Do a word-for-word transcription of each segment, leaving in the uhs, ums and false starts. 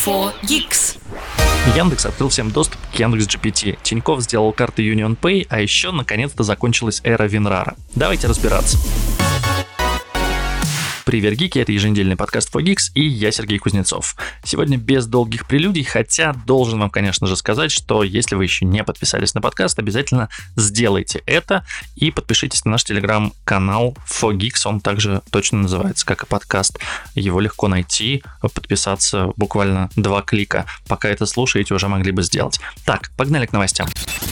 фор гикс. Яндекс открыл всем доступ к Яндекс.джи-пи-ти. Тинькофф сделал карты UnionPay, а еще наконец-то закончилась эра Винрара. Давайте разбираться. Привет, гики, это еженедельный подкаст фор гикс, и я Сергей Кузнецов. Сегодня без долгих прелюдий, хотя должен вам, конечно же, сказать, что если вы еще не подписались на подкаст, обязательно сделайте это и подпишитесь на наш телеграм-канал фор гикс, он также точно называется, как и подкаст. Его легко найти, подписаться, буквально два клика. Пока это слушаете, уже могли бы сделать. Так, погнали к новостям.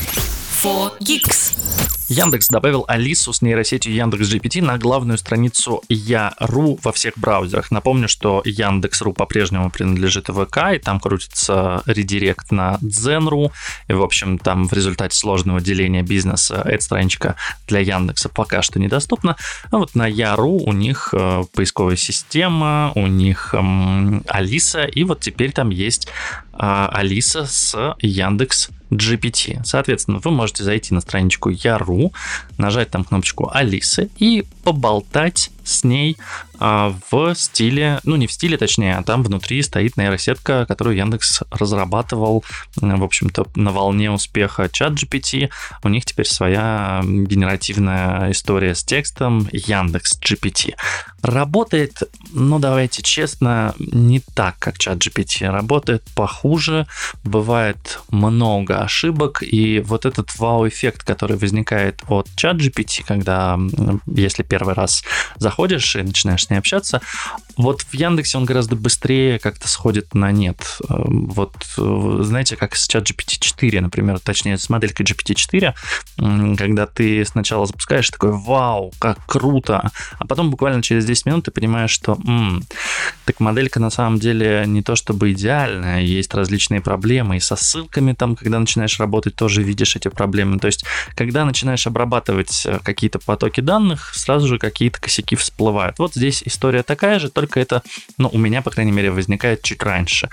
фор гикс. Яндекс добавил Алису с нейросетью Яндекс.джи-пи-ти на главную страницу Я.ру во всех браузерах. Напомню, что Яндекс.ру по-прежнему принадлежит ВК, и там крутится редирект на Дзен.ру. И, в общем, там в результате сложного деления бизнеса эта страничка для Яндекса пока что недоступна. А вот на Я.ру у них э, поисковая система, у них э, Алиса, и вот теперь там есть э, Алиса с Яндекс.джи-пи-ти. Соответственно, вы можете зайти на страничку Я.ру, нажать там кнопочку Алисы и поболтать с ней а, в стиле, ну не в стиле точнее, а там внутри стоит нейросетка, которую Яндекс разрабатывал, в общем-то, на волне успеха чат-джи-пи-ти. У них теперь своя генеративная история с текстом Яндекс.джи-пи-ти. Работает, ну давайте честно, не так, как чат-джи-пи-ти. Работает похуже, бывает много ошибок, и вот этот вау-эффект, который возникает от чат-джи-пи-ти, когда, если первый раз заходишь и начинаешь с ней общаться, вот в Яндексе он гораздо быстрее как-то сходит на нет. Вот знаете, как с чат-джи-пи-ти четыре, например, точнее с моделькой джи пи ти четыре, когда ты сначала запускаешь такой вау, как круто, а потом буквально через десять минут ты понимаешь, что м-м, так моделька на самом деле не то чтобы идеальная, есть различные проблемы, и со ссылками там, когда начинаешь работать, тоже видишь эти проблемы. То есть, когда начинаешь обрабатывать какие-то потоки данных, сразу же какие-то косяки всплывают. Вот здесь история такая же, только это, ну, у меня, по крайней мере, возникает чуть раньше.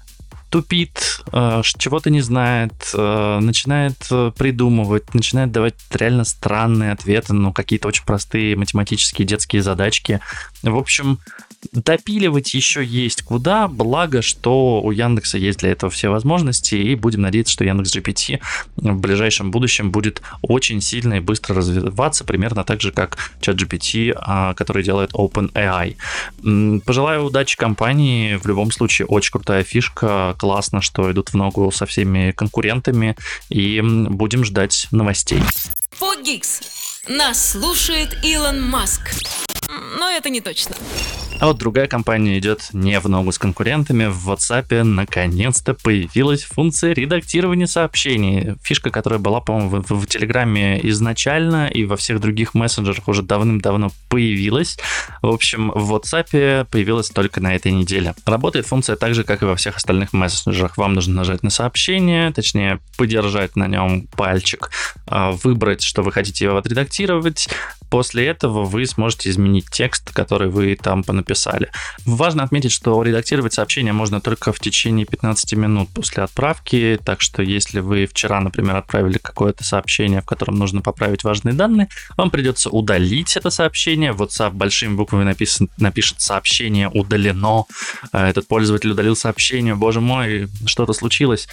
Тупит, чего-то не знает, начинает придумывать, начинает давать реально странные ответы, ну, какие-то очень простые математические детские задачки. В общем, допиливать еще есть куда, благо, что у Яндекса есть для этого все возможности, и будем надеяться, что Яндекс.джи-пи-ти в ближайшем будущем будет очень сильно и быстро развиваться, примерно так же, как чат-джи-пи-ти, который делает OpenAI. Пожелаю удачи компании, в любом случае очень крутая фишка, классно, что идут в ногу со всеми конкурентами, и будем ждать новостей. фор гикс. Нас слушает Илон Маск. Но это не точно. А вот другая компания идет не в ногу с конкурентами. В WhatsApp наконец-то появилась функция редактирования сообщений. Фишка, которая была, по-моему, в, в Телеграме изначально и во всех других мессенджерах уже давным-давно появилась. В общем, в WhatsApp появилась только на этой неделе. Работает функция так же, как и во всех остальных мессенджерах. Вам нужно нажать на сообщение, точнее, подержать на нем пальчик, выбрать, что вы хотите его отредактировать. После этого вы сможете изменить текст, который вы там понаписали. Важно отметить, что редактировать сообщение можно только в течение пятнадцати минут после отправки, так что если вы вчера, например, отправили какое-то сообщение, в котором нужно поправить важные данные, вам придется удалить это сообщение. WhatsApp большими буквами написан, напишет «сообщение удалено», этот пользователь удалил сообщение, боже мой, что-то случилось,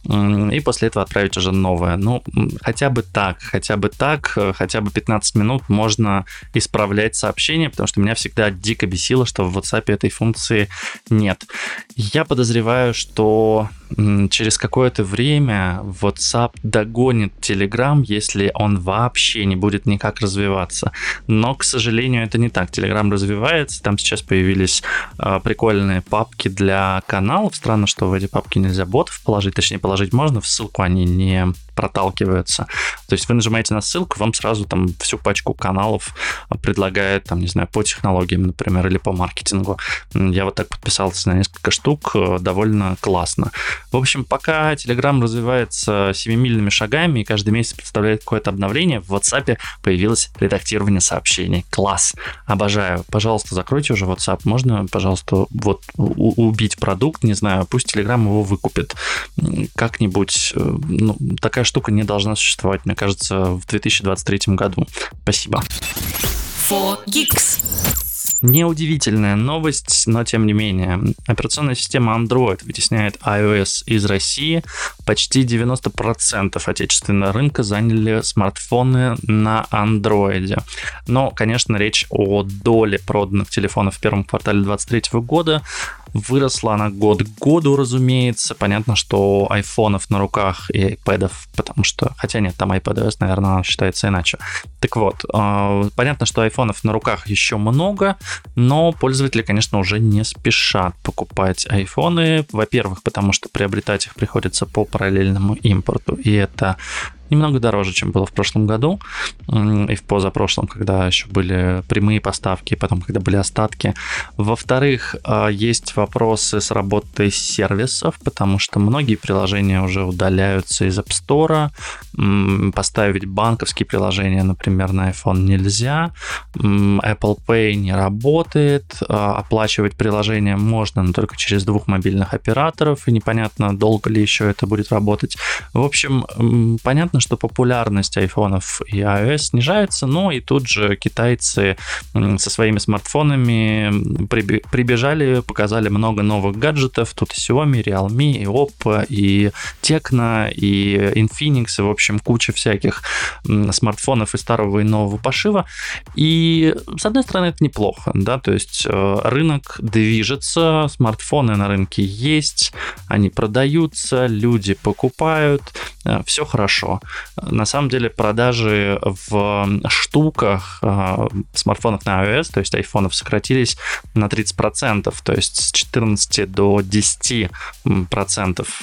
и после этого отправить уже новое. Ну, хотя бы так, хотя бы так, хотя бы пятнадцать минут можно Можно исправлять сообщения, потому что меня всегда дико бесило, что в WhatsApp этой функции нет. Я подозреваю, что через какое-то время WhatsApp догонит Telegram, если он вообще не будет никак развиваться. Но, к сожалению, это не так. Telegram развивается, там сейчас появились э, прикольные папки для каналов. Странно, что в эти папки нельзя ботов положить, точнее, положить можно, в ссылку они не проталкиваются. То есть вы нажимаете на ссылку, вам сразу там всю пачку каналов предлагает, там, не знаю, по технологиям, например, или по маркетингу. Я вот так подписался на несколько штук, довольно классно. В общем, пока Telegram развивается семимильными шагами и каждый месяц представляет какое-то обновление, в WhatsApp появилось редактирование сообщений. Класс! Обожаю. Пожалуйста, закройте уже WhatsApp. Можно, пожалуйста, вот убить продукт, не знаю, пусть Telegram его выкупит. Как-нибудь, ну, такая штука не должна существовать, мне кажется, в две тысячи двадцать третьем году. Спасибо. фор гикс. Неудивительная новость, но тем не менее. Операционная система Android вытесняет iOS из России. Почти девяносто процентов отечественного рынка заняли смартфоны на Android. Но, конечно, речь о доле проданных телефонов в первом квартале две тысячи двадцать третьего года. Выросла она год к году, разумеется. Понятно, что айфонов на руках и айпэдов, потому что... Хотя нет, там iPadOS, наверное, считается иначе. Так вот, понятно, что айфонов на руках еще много, но пользователи, конечно, уже не спешат покупать айфоны. Во-первых, потому что приобретать их приходится по параллельному импорту, и это немного дороже, чем было в прошлом году и в позапрошлом, когда еще были прямые поставки, потом, когда были остатки. Во-вторых, есть вопросы с работой сервисов, потому что многие приложения уже удаляются из App Store. Поставить банковские приложения, например, на iPhone нельзя. Apple Pay не работает. Оплачивать приложения можно, но только через двух мобильных операторов, и непонятно, долго ли еще это будет работать. В общем, понятно, что популярность айфонов и iOS снижается, но и тут же китайцы со своими смартфонами прибежали, показали много новых гаджетов. Тут и Xiaomi, и Realme, и Oppo, и Tecno, и Infinix, и, в общем, куча всяких смартфонов и старого, и нового пошива. И, с одной стороны, это неплохо, да, то есть рынок движется, смартфоны на рынке есть, они продаются, люди покупают, все хорошо. На самом деле продажи в штуках смартфонов на iOS, то есть айфонов, сократились на тридцать процентов, то есть с четырнадцати до десяти процентов,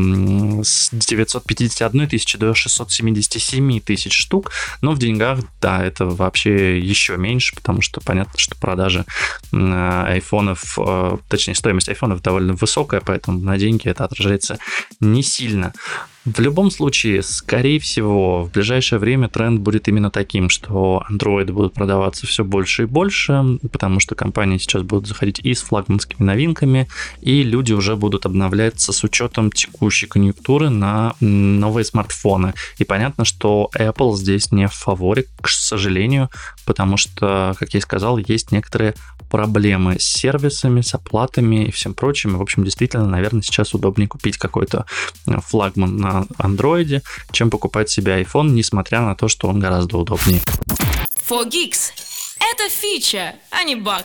с девятьсот пятьдесят одной тысячи до шестьсот семьдесят семь тысяч штук, но в деньгах, да, это вообще еще меньше, потому что понятно, что продажи айфонов, точнее, стоимость айфонов довольно высокая, поэтому на деньги это отражается не сильно. В любом случае, скорее всего, в ближайшее время тренд будет именно таким, что Android будут продаваться все больше и больше, потому что компании сейчас будут заходить и с флагманскими новинками, и люди уже будут обновляться с учетом текущей конъюнктуры на новые смартфоны. И понятно, что Apple здесь не в фаворе, к сожалению, потому что, как я и сказал, есть некоторые проблемы с сервисами, с оплатами и всем прочим. И, в общем, действительно, наверное, сейчас удобнее купить какой-то флагман на Android, чем покупать себе iPhone, несмотря на то, что он гораздо удобнее. фор гикс. Это фича, а не баг.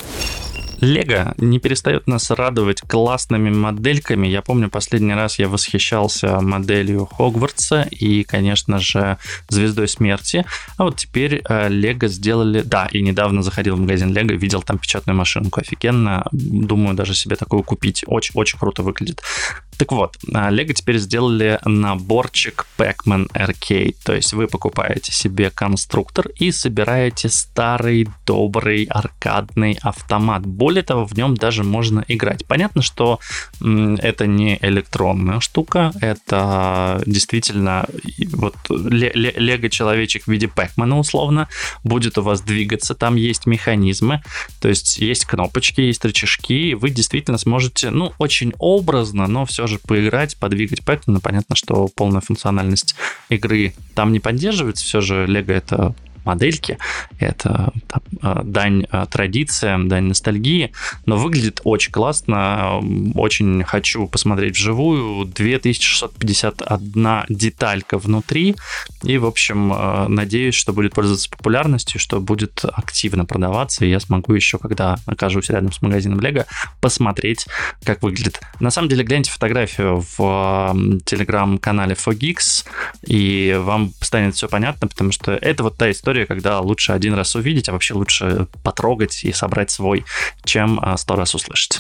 Лего не перестает нас радовать классными модельками. Я помню, последний раз я восхищался моделью Хогвартса и, конечно же, Звездой Смерти. А вот теперь Лего сделали... Да, и недавно заходил в магазин Лего, видел там печатную машинку. Офигенно. Думаю, даже себе такую купить. Очень-очень круто выглядит. Так вот, Лего теперь сделали наборчик Pac-Man Arcade. То есть вы покупаете себе конструктор и собираете старый добрый аркадный автомат. Более того, в нем даже можно играть. Понятно, что м, это не электронная штука, это действительно вот Лего-человечек в виде Pac-Man условно будет у вас двигаться. Там есть механизмы, то есть есть кнопочки, есть рычажки, и вы действительно сможете, ну, очень образно, но все же поиграть, подвигать Pac-Man. Понятно, что полная функциональность игры там не поддерживается, все же Лего — это модельки, это там, дань традициям, дань ностальгии, но выглядит очень классно, очень хочу посмотреть вживую. две тысячи шестьсот пятьдесят одна деталька внутри, и, в общем, надеюсь, что будет пользоваться популярностью, что будет активно продаваться, и я смогу еще, когда окажусь рядом с магазином Лего, посмотреть, как выглядит. На самом деле, гляньте фотографию в телеграм-канале фор гикс, и вам станет все понятно, потому что это вот та история, когда лучше один раз увидеть, а вообще лучше потрогать и собрать свой, чем сто раз услышать.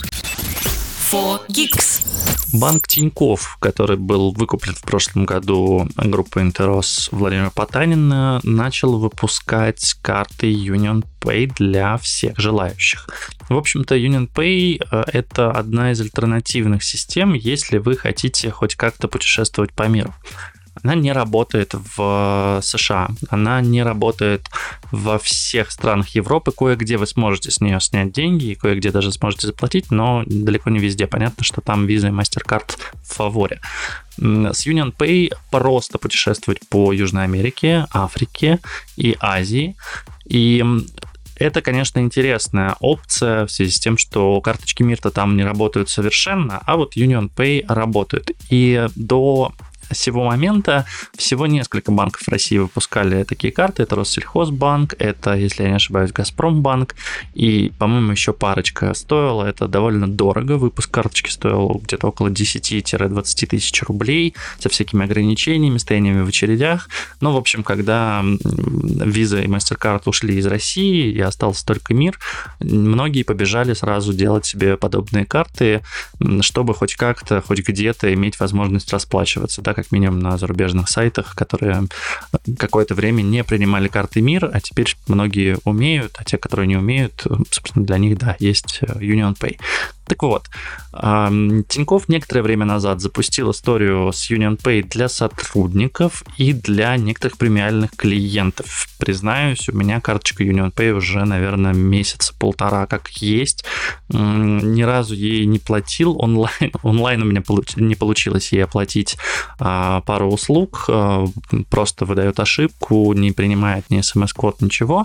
фор гикс. Банк Тинькофф, который был выкуплен в прошлом году группой Интерос Владимира Потанина, начал выпускать карты UnionPay для всех желающих. В общем-то, UnionPay — это одна из альтернативных систем, если вы хотите хоть как-то путешествовать по миру. Она не работает в США, она не работает во всех странах Европы. Кое-где вы сможете с нее снять деньги, и кое-где даже сможете заплатить, но далеко не везде. Понятно, что там Visa и MasterCard в фаворе. С UnionPay просто путешествовать по Южной Америке, Африке и Азии. И Это, конечно, интересная опция в связи с тем, что карточки МИР-то там не работают совершенно, а вот UnionPay работает. И до сего момента всего несколько банков России выпускали такие карты. Это Россельхозбанк, это, если я не ошибаюсь, Газпромбанк, и, по-моему, еще парочка стоила. Это довольно дорого. Выпуск карточки стоил где-то около десять-двадцать тысяч рублей со всякими ограничениями, стояниями в очередях. Ну, в общем, когда Visa и MasterCard ушли из России и остался только МИР, многие побежали сразу делать себе подобные карты, чтобы хоть как-то, хоть где-то иметь возможность расплачиваться, да, как минимум на зарубежных сайтах, которые какое-то время не принимали карты МИР, а теперь многие умеют, а те, которые не умеют, собственно, для них, да, есть UnionPay. Так вот, Тинькофф некоторое время назад запустил историю с UnionPay для сотрудников и для некоторых премиальных клиентов. Признаюсь, у меня карточка UnionPay уже, наверное, месяца полтора как есть. Ни разу ей не платил онлайн. Онлайн у меня не получилось ей оплатить пару услуг. Просто выдает ошибку, не принимает ни смс-код, ничего.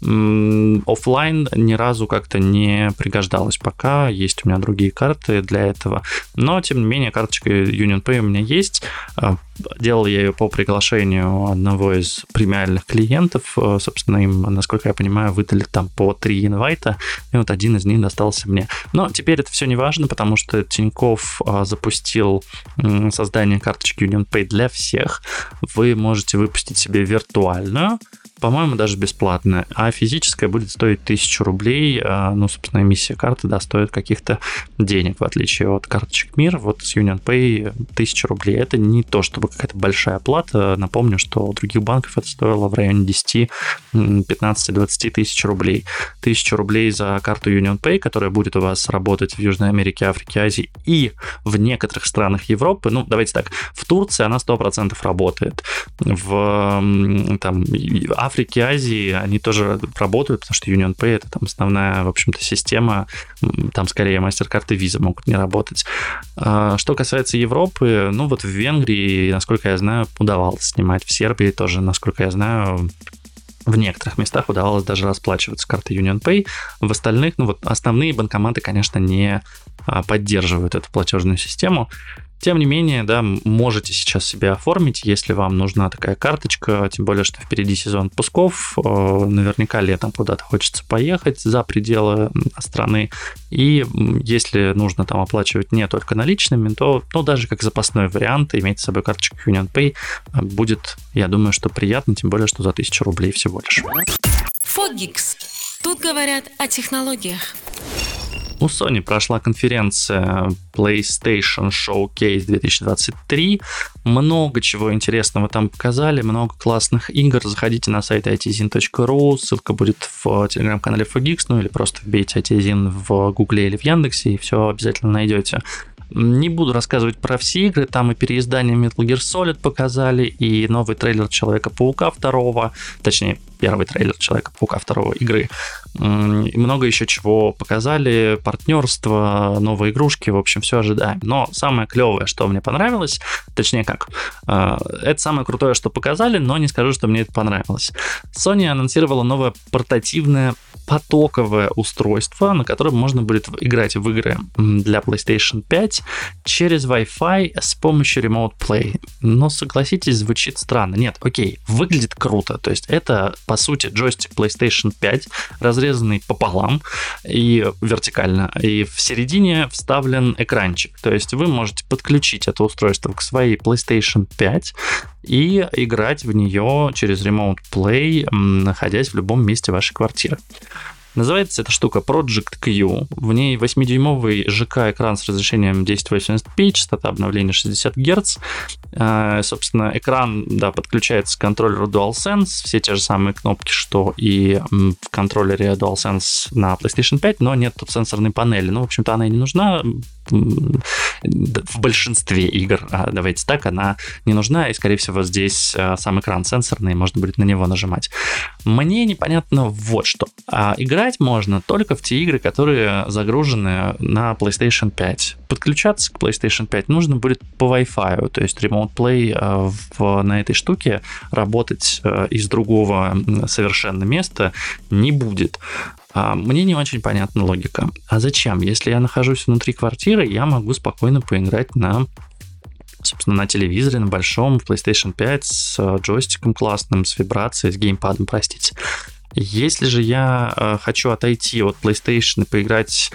Оффлайн ни разу как-то не пригождалось пока. Есть у меня другие карты для этого. Но, тем не менее, карточка UnionPay у меня есть. Делал я ее по приглашению одного из премиальных клиентов. Собственно, им, насколько я понимаю, выдали там по три инвайта, и вот один из них достался мне. Но теперь это все не важно, потому что Тинькофф запустил создание карточки UnionPay для всех. Вы можете выпустить себе виртуальную, по-моему, даже бесплатно, а физическая будет стоить тысячу рублей. Ну, собственно, эмиссия карты, да, стоит каких-то денег, в отличие от карточек МИР. Вот с UnionPay тысяча рублей. Это не то, чтобы какая-то большая плата. Напомню, что у других банков это стоило в районе десять, пятнадцать, двадцать тысяч рублей. Тысяча рублей за карту UnionPay, которая будет у вас работать в Южной Америке, Африке, Азии и в некоторых странах Европы. Ну, давайте так, в Турции она сто процентов работает. В там, Африке, Азии они тоже работают, потому что UnionPay — это там основная, в общем-то, система. Там скорее MasterCard и Visa могут не работать. Что касается Европы, ну вот в Венгрии, насколько я знаю, удавалось снимать. В Сербии тоже, насколько я знаю, в некоторых местах удавалось даже расплачиваться картой UnionPay. В остальных, ну вот основные банкоматы, конечно, не поддерживают эту платежную систему. Тем не менее, да, можете сейчас себе оформить, если вам нужна такая карточка, тем более, что впереди сезон отпусков, наверняка летом куда-то хочется поехать за пределы страны, и если нужно там оплачивать не только наличными, то, ну, даже как запасной вариант иметь с собой карточку UnionPay будет, я думаю, что приятно, тем более, что за тысячу рублей всего лишь. Фогикс. Тут говорят о технологиях. У Sony прошла конференция PlayStation Showcase две тысячи двадцать три. Много чего интересного там показали, много классных игр. Заходите на сайт ай ти зин точка ру, ссылка будет в телеграм-канале Fogix, ну или просто вбейте ай ти зин в Гугле или в Яндексе, и все обязательно найдете. Не буду рассказывать про все игры, там и переиздание Metal Gear Solid показали, и новый трейлер Человека-паука второго, точнее, первый трейлер Человека-паука второго игры. И много еще чего показали, партнерство, новые игрушки, в общем, все ожидаем. Но самое клевое, что мне понравилось, точнее как, это самое крутое, что показали, но не скажу, что мне это понравилось. Sony анонсировала новое портативное потоковое устройство, на котором можно будет играть в игры для PlayStation пять через Wi-Fi с помощью Remote Play. Но, согласитесь, звучит странно. Нет, окей, выглядит круто. То есть это, по сути, джойстик PlayStation пять, разрезанный пополам и вертикально. И в середине вставлен экранчик. То есть вы можете подключить это устройство к своей PlayStation пять и играть в нее через Remote Play, находясь в любом месте вашей квартиры. Называется эта штука Project Q. В ней восьмидюймовый ЖК-экран с разрешением тысяча восемьдесят пи, частота обновления шестьдесят герц. Э, собственно, экран, да, подключается к контроллеру DualSense. Все те же самые кнопки, что и в контроллере DualSense на PlayStation пять, но нет тут сенсорной панели. Ну, в общем-то, она и не нужна. в большинстве игр, давайте так, она не нужна, и, скорее всего, здесь сам экран сенсорный, можно будет на него нажимать. Мне непонятно вот что. Играть можно только в те игры, которые загружены на PlayStation пять. Подключаться к PlayStation пять нужно будет по Wi-Fi, то есть Remote Play в, на этой штуке работать из другого совершенно места не будет. Мне не очень понятна логика. А зачем? Если я нахожусь внутри квартиры, я могу спокойно поиграть на, собственно, на телевизоре, на большом, в PlayStation пять с джойстиком классным, с вибрацией, с геймпадом, простите. Если же я хочу отойти от PlayStation и поиграть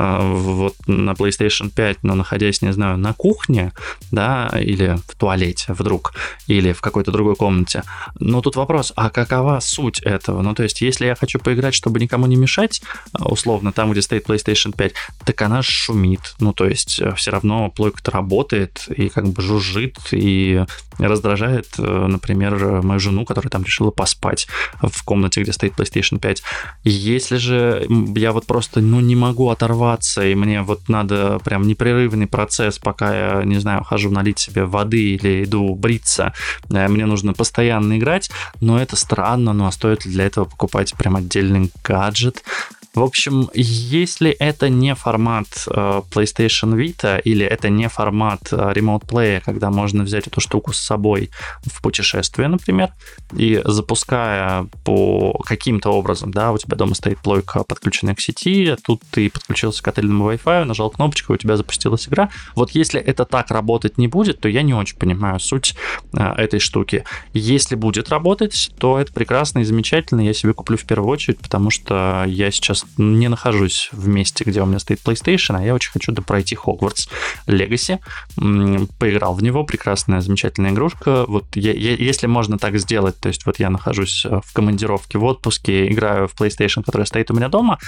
вот на PlayStation пять, но находясь, не знаю, на кухне, да, или в туалете вдруг, или в какой-то другой комнате. Но тут вопрос, а какова суть этого? Ну, то есть, если я хочу поиграть, чтобы никому не мешать, условно, там, где стоит PlayStation пять, так она шумит. Ну, то есть, все равно плойка-то работает и как бы жужжит, и раздражает, например, мою жену, которая там решила поспать в комнате, где стоит PlayStation пять. Если же я вот просто, ну, не могу оторваться, и мне вот надо прям непрерывный процесс, пока я, не знаю, хожу налить себе воды или иду бриться, мне нужно постоянно играть, но это странно, ну а стоит ли для этого покупать прям отдельный гаджет? В общем, если это не формат э, PlayStation Vita или это не формат э, Remote Play, когда можно взять эту штуку с собой в путешествие, например, и запуская по каким-то образом, да, у тебя дома стоит плойка, подключенная к сети, тут ты подключился к отельному Wi-Fi, нажал кнопочку, у тебя запустилась игра. Вот если это так работать не будет, то я не очень понимаю суть э, этой штуки. Если будет работать, то это прекрасно и замечательно, я себе куплю в первую очередь, потому что я сейчас не нахожусь в месте, где у меня стоит PlayStation, а я очень хочу пройти Hogwarts Legacy. Поиграл в него, прекрасная, замечательная игрушка. Вот я, я, если можно так сделать, то есть вот я нахожусь в командировке, в отпуске, играю в PlayStation, которая стоит у меня дома,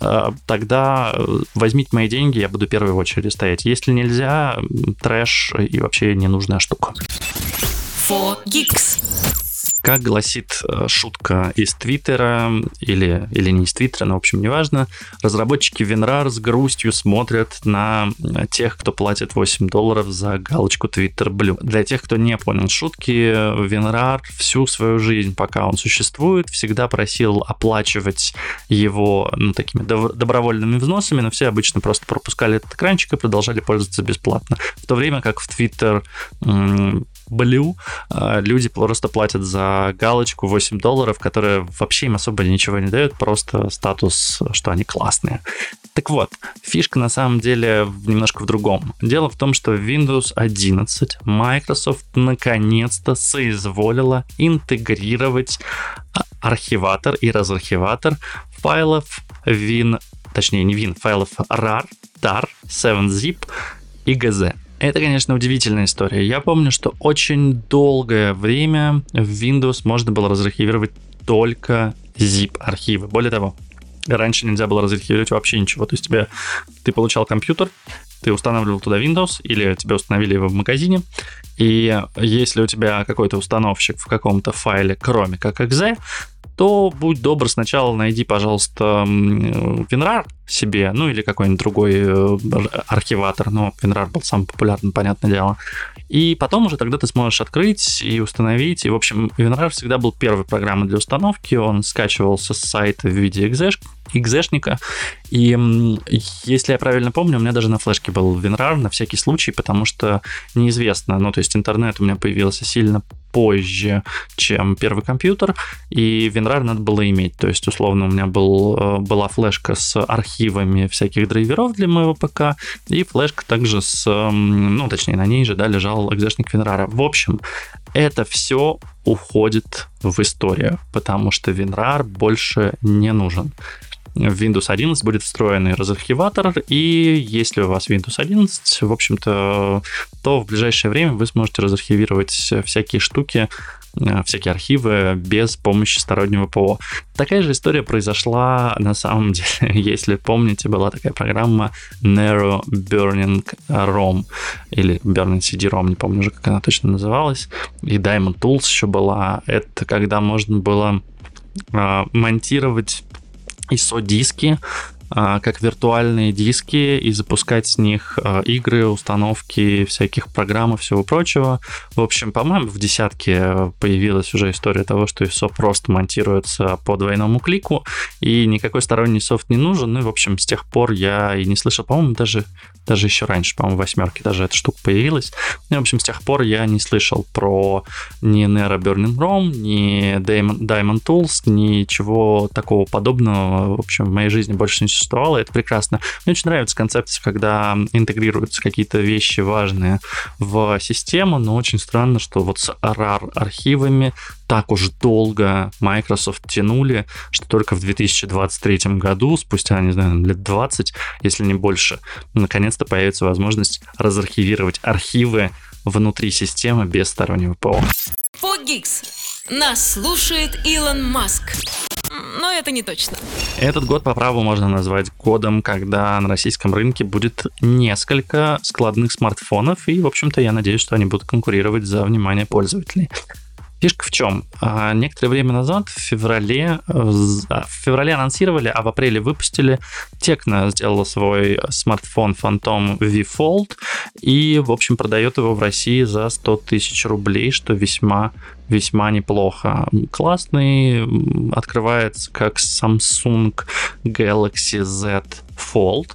тогда возьмите мои деньги, я буду в первой очереди стоять. Если нельзя, трэш и вообще ненужная штука. фор гикс. Как гласит шутка из Твиттера, или, или не из Твиттера, но, в общем, неважно, разработчики WinRAR с грустью смотрят на тех, кто платит восемь долларов за галочку Twitter Blue. Для тех, кто не понял шутки, WinRAR всю свою жизнь, пока он существует, всегда просил оплачивать его, ну, такими добровольными взносами, но все обычно просто пропускали этот экранчик и продолжали пользоваться бесплатно. В то время как в Twitter Blue люди просто платят за галочку восемь долларов, которая вообще им особо ничего не дает, просто статус, что они классные. Так вот, фишка на самом деле немножко в другом. Дело в том, что в Windows одиннадцать Microsoft наконец-то соизволила интегрировать архиватор и разархиватор файлов Win, точнее не Win, файлов rar, tar, семь zip и джи зет. Это, конечно, удивительная история. Я помню, что очень долгое время в Windows можно было разархивировать только zip-архивы. Более того, раньше нельзя было разархивировать вообще ничего. То есть тебе, ты получал компьютер, ты устанавливал туда Windows, или тебе установили его в магазине, и если у тебя какой-то установщик в каком-то файле, кроме как .exe, то будь добр, сначала найди, пожалуйста, WinRAR себе, ну или какой-нибудь другой архиватор, но WinRAR был самым популярным, понятное дело. И потом уже тогда ты сможешь открыть и установить. И, в общем, WinRAR всегда был первой программой для установки. Он скачивался с сайта в виде экзешника. И если я правильно помню, у меня даже на флешке был WinRAR на всякий случай, потому что неизвестно. Ну, то есть интернет у меня появился сильно позже, чем первый компьютер, и WinRAR надо было иметь. То есть, условно, у меня был, была флешка с архивами всяких драйверов для моего ПК, и флешка также с, ну, точнее, на ней же, да, лежал экзешник WinRAR. В общем, это все уходит в историю, потому что WinRAR больше не нужен. В Windows одиннадцать будет встроенный разархиватор, и если у вас Windows одиннадцать, в общем-то, то в ближайшее время вы сможете разархивировать всякие штуки, всякие архивы без помощи стороннего ПО. Такая же история произошла на самом деле, если помните, была такая программа Narrow Burning ROM или Burning си ди-ROM, не помню уже, как она точно называлась, и Diamond Tools еще была. Это когда можно было а, монтировать ай эс о-диски как виртуальные диски и запускать с них игры, установки, всяких программ и всего прочего. В общем, по-моему, в десятке появилась уже история того, что ай эс о просто монтируется по двойному клику, и никакой сторонний софт не нужен. Ну и, в общем, с тех пор я и не слышал, по-моему, даже, даже еще раньше, по-моему, в восьмерке даже эта штука появилась. Ну, в общем, с тех пор я не слышал про ни Nero Burning Rome, ни Diamond, Diamond Tools, ничего такого подобного, в общем, в моей жизни больше не существовало, это прекрасно. Мне очень нравится концепция, когда интегрируются какие-то вещи важные в систему, но очень странно, что вот с рар-архивами так уж долго Microsoft тянули, что только в две тысячи двадцать третьем году, спустя, не знаю, лет двадцать, если не больше, наконец-то появится возможность разархивировать архивы внутри системы без стороннего ПО. Фогикс. Нас слушает Илон Маск. Но это не точно. Этот год по праву можно назвать годом, когда на российском рынке будет несколько складных смартфонов, и, в общем-то, я надеюсь, что они будут конкурировать за внимание пользователей. Фишка в чем? Некоторое время назад, в феврале, в феврале анонсировали, а в апреле выпустили. Tecno сделала свой смартфон Phantom V Fold и, в общем, продает его в России за сто тысяч рублей, что весьма весьма неплохо. Классный, открывается как Samsung Galaxy Z Fold,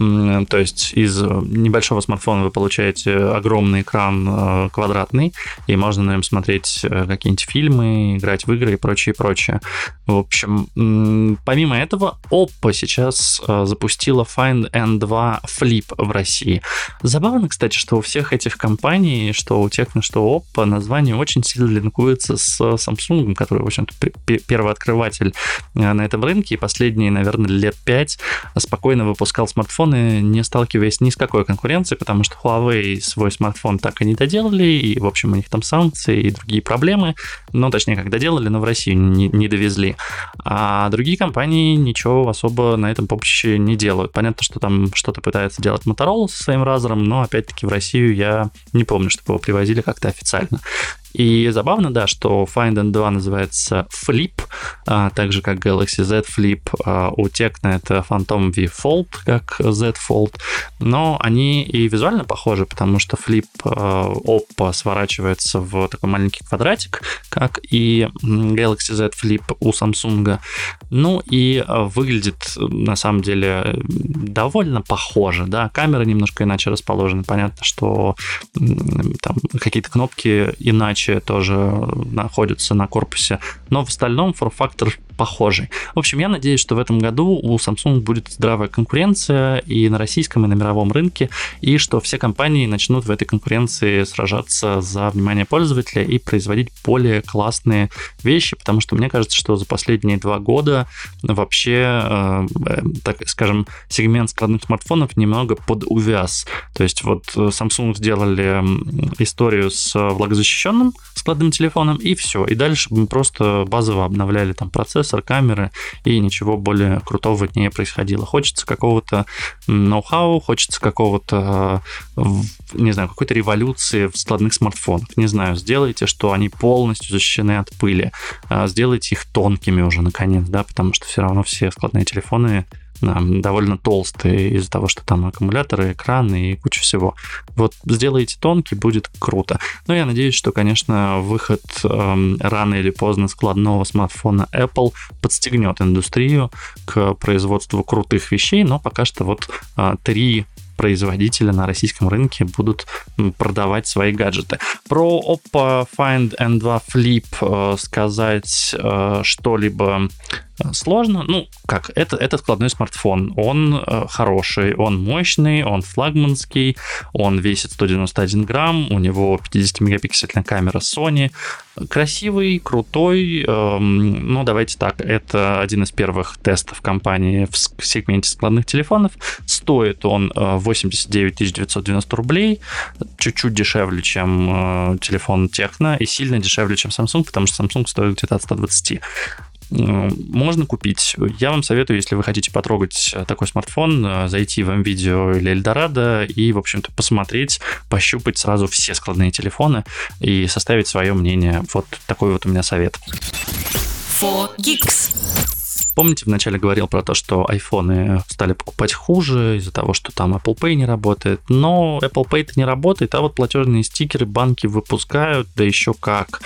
то есть из небольшого смартфона вы получаете огромный экран квадратный, и можно на нем смотреть какие-нибудь фильмы, играть в игры и прочее, прочее. В общем, помимо этого, Oppo сейчас запустила Find эн два Flip в России. Забавно, кстати, что у всех этих компаний, что у Tecno, что у Oppo, название очень сильно линкуется с Samsung, который, в общем-то, первооткрыватель на этом рынке, и последние, наверное, лет пять спокойно выпускал смартфоны, не сталкиваясь ни с какой конкуренцией, потому что Huawei свой смартфон так и не доделали, и, в общем, у них там санкции и другие проблемы, ну, точнее, как доделали, но в Россию не, не довезли. А другие компании ничего особо на этом поприще не делают. Понятно, что там что-то пытается делать Motorola со своим разером, но, опять-таки, в Россию я не помню, чтобы его привозили как-то официально. И забавно, да, что Find эн два называется Flip, а, так же как Galaxy Z Flip, а у Tecno это Phantom V Fold, как Z Fold, но они и визуально похожи, потому что Flip а, Oppo сворачивается в такой маленький квадратик, как и Galaxy Z Flip у Samsung. Ну и выглядит на самом деле довольно похоже, да, камеры немножко иначе расположены, понятно, что там какие-то кнопки иначе тоже находятся на корпусе, но в остальном форм-фактор похожий. В общем, я надеюсь, что в этом году у Samsung будет здравая конкуренция и на российском, и на мировом рынке, и что все компании начнут в этой конкуренции сражаться за внимание пользователя и производить более классные вещи, потому что мне кажется, что за последние два года вообще, э, так скажем, сегмент складных смартфонов немного подувяз. То есть вот Samsung сделали историю с влагозащищенным складным телефоном, и все. И дальше мы просто базово обновляли там процессор, камеры, и ничего более крутого не происходило. Хочется какого-то ноу-хау, хочется какого-то, не знаю, какой-то революции в складных смартфонах. Не знаю, сделайте, что они полностью защищены от пыли. Сделайте их тонкими уже, наконец, да, потому что все равно все складные телефоны довольно толстые из-за того, что там аккумуляторы, экраны и куча всего. Вот сделайте тонкий, будет круто. Но я надеюсь, что, конечно, выход э, рано или поздно складного смартфона Apple подстегнет индустрию к производству крутых вещей, но пока что вот э, три производителя на российском рынке будут продавать свои гаджеты. Про Oppo Find эн два Flip э, сказать э, что-либо сложно. Ну, как, это, это складной смартфон. Он э, хороший, он мощный, он флагманский, он весит сто девяносто один грамм, у него пятидесятимегапиксельная камера Sony. Красивый, крутой, э, ну, давайте так, это один из первых тестов компании в сегменте складных телефонов. Стоит он э, восемьдесят девять тысяч девятьсот девяносто рублей, чуть-чуть дешевле, чем э, телефон Tecno, и сильно дешевле, чем Samsung, потому что Samsung стоит где-то от ста двадцати. Можно купить. Я вам советую, если вы хотите потрогать такой смартфон, зайти в МВидео или Эльдорадо и, в общем-то, посмотреть, пощупать сразу все складные телефоны и составить свое мнение. Вот такой вот у меня совет. фор гикс. Помните, вначале говорил про то, что айфоны стали покупать хуже из-за того, что там Apple Pay не работает, но Apple Pay-то не работает, а вот платежные стикеры банки выпускают, да еще как.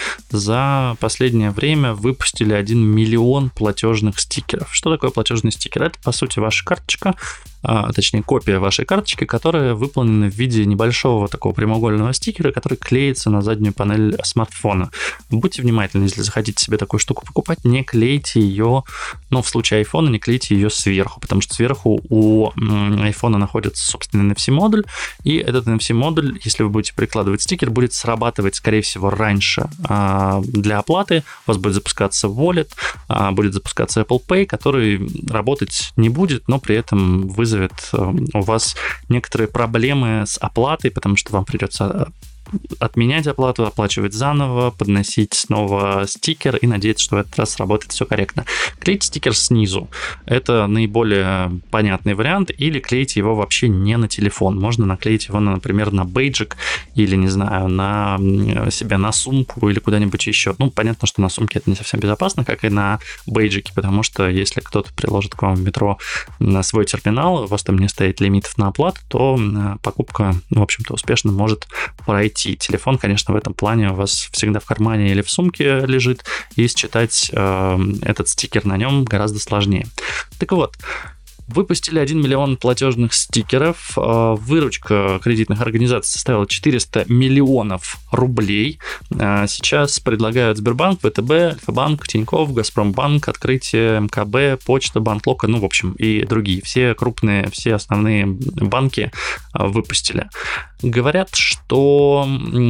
За последнее время выпустили один миллион платежных стикеров. Что такое платежный стикер? Это, по сути, ваша карточка, а, точнее, копия вашей карточки, которая выполнена в виде небольшого такого прямоугольного стикера, который клеится на заднюю панель смартфона. Будьте внимательны, если захотите себе такую штуку покупать, не клейте ее, ну, в случае айфона, не клейте ее сверху, потому что сверху у айфона находится, собственно, эн эф си-модуль, и этот эн эф си-модуль, если вы будете прикладывать стикер, будет срабатывать, скорее всего, раньше а, для оплаты. У вас будет запускаться Wallet, а, будет запускаться Apple Pay, который работать не будет, но при этом вызовет у вас некоторые проблемы с оплатой, потому что вам придется отменять оплату, оплачивать заново, подносить снова стикер и надеяться, что в этот раз сработает все корректно. Клейте стикер снизу. Это наиболее понятный вариант. Или клейте его вообще не на телефон. Можно наклеить его, например, на бейджик или, не знаю, на себя на сумку или куда-нибудь еще. Ну, понятно, что на сумке это не совсем безопасно, как и на бейджике, потому что если кто-то приложит к вам в метро на свой терминал, у вас там не стоит лимитов на оплату, то покупка, в общем-то, успешно может пройти. Телефон, конечно, в этом плане у вас всегда в кармане или в сумке лежит, и считать э, этот стикер на нем гораздо сложнее. Так вот, выпустили один миллион платежных стикеров. Выручка кредитных организаций составила четыреста миллионов рублей. Сейчас предлагают Сбербанк, вэ тэ бэ, Альфа-банк, Тинькофф, Газпромбанк, Открытие, эм ка бэ, Почта, Банк Лока, ну, в общем, и другие. Все крупные, все основные банки выпустили. Говорят, что,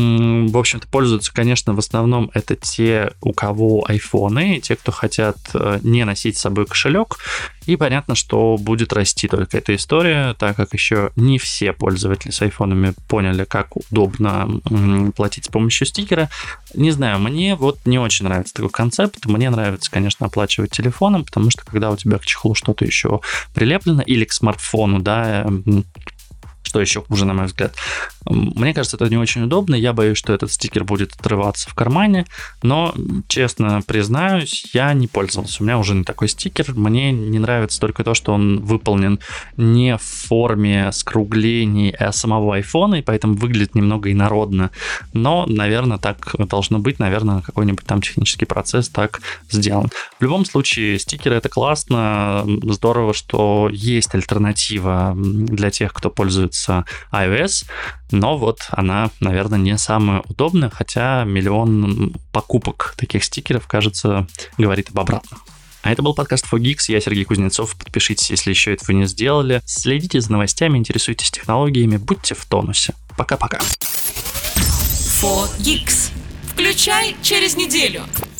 в общем-то, пользуются, конечно, в основном это те, у кого айфоны, те, кто хотят не носить с собой кошелек. И понятно, что будет расти только эта история, так как еще не все пользователи с айфонами поняли, как удобно платить с помощью стикера. Не знаю, мне вот не очень нравится такой концепт. Мне нравится, конечно, оплачивать телефоном, потому что когда у тебя к чехлу что-то еще прилеплено или к смартфону, да, что еще хуже, на мой взгляд. Мне кажется, это не очень удобно. Я боюсь, что этот стикер будет отрываться в кармане. Но, честно признаюсь, я не пользовался. У меня уже не такой стикер. Мне не нравится только то, что он выполнен не в форме скруглений самого айфона, и поэтому выглядит немного инородно. Но, наверное, так должно быть. Наверное, какой-нибудь там технический процесс так сделан. В любом случае, стикеры — это классно. Здорово, что есть альтернатива для тех, кто пользуется iOS, но вот она, наверное, не самая удобная, хотя миллион покупок таких стикеров, кажется, говорит об обратном. А это был подкаст фор Geeks, я Сергей Кузнецов. Подпишитесь, если еще этого не сделали. Следите за новостями, интересуйтесь технологиями, будьте в тонусе. Пока-пока. фор Geeks. Включай через неделю.